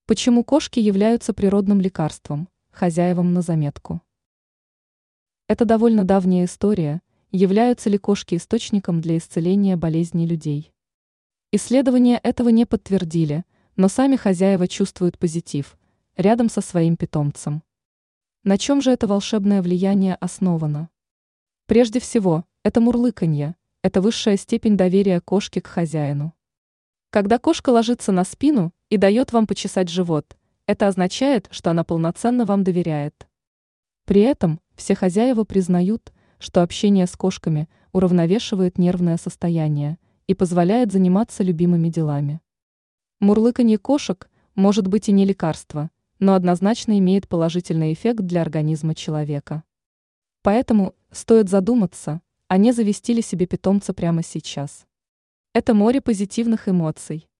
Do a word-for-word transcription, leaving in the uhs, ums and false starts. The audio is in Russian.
Почему кошки являются природным лекарством? Хозяевам на заметку. Это довольно давняя история, являются ли кошки источником для исцеления болезней людей. Исследования этого не подтвердили, но сами хозяева чувствуют позитив рядом со своим питомцем. На чем же это волшебное влияние основано? Прежде всего, это мурлыканье, это высшая степень доверия кошки к хозяину. Когда кошка ложится на спину и дает вам почесать живот, это означает, что она полноценно вам доверяет. При этом все хозяева признают, что общение с кошками уравновешивает нервное состояние и позволяет заниматься любимыми делами. Мурлыканье кошек может быть и не лекарство, но однозначно имеет положительный эффект для организма человека. Поэтому стоит задуматься, а не завести ли себе питомца прямо сейчас. Это море позитивных эмоций.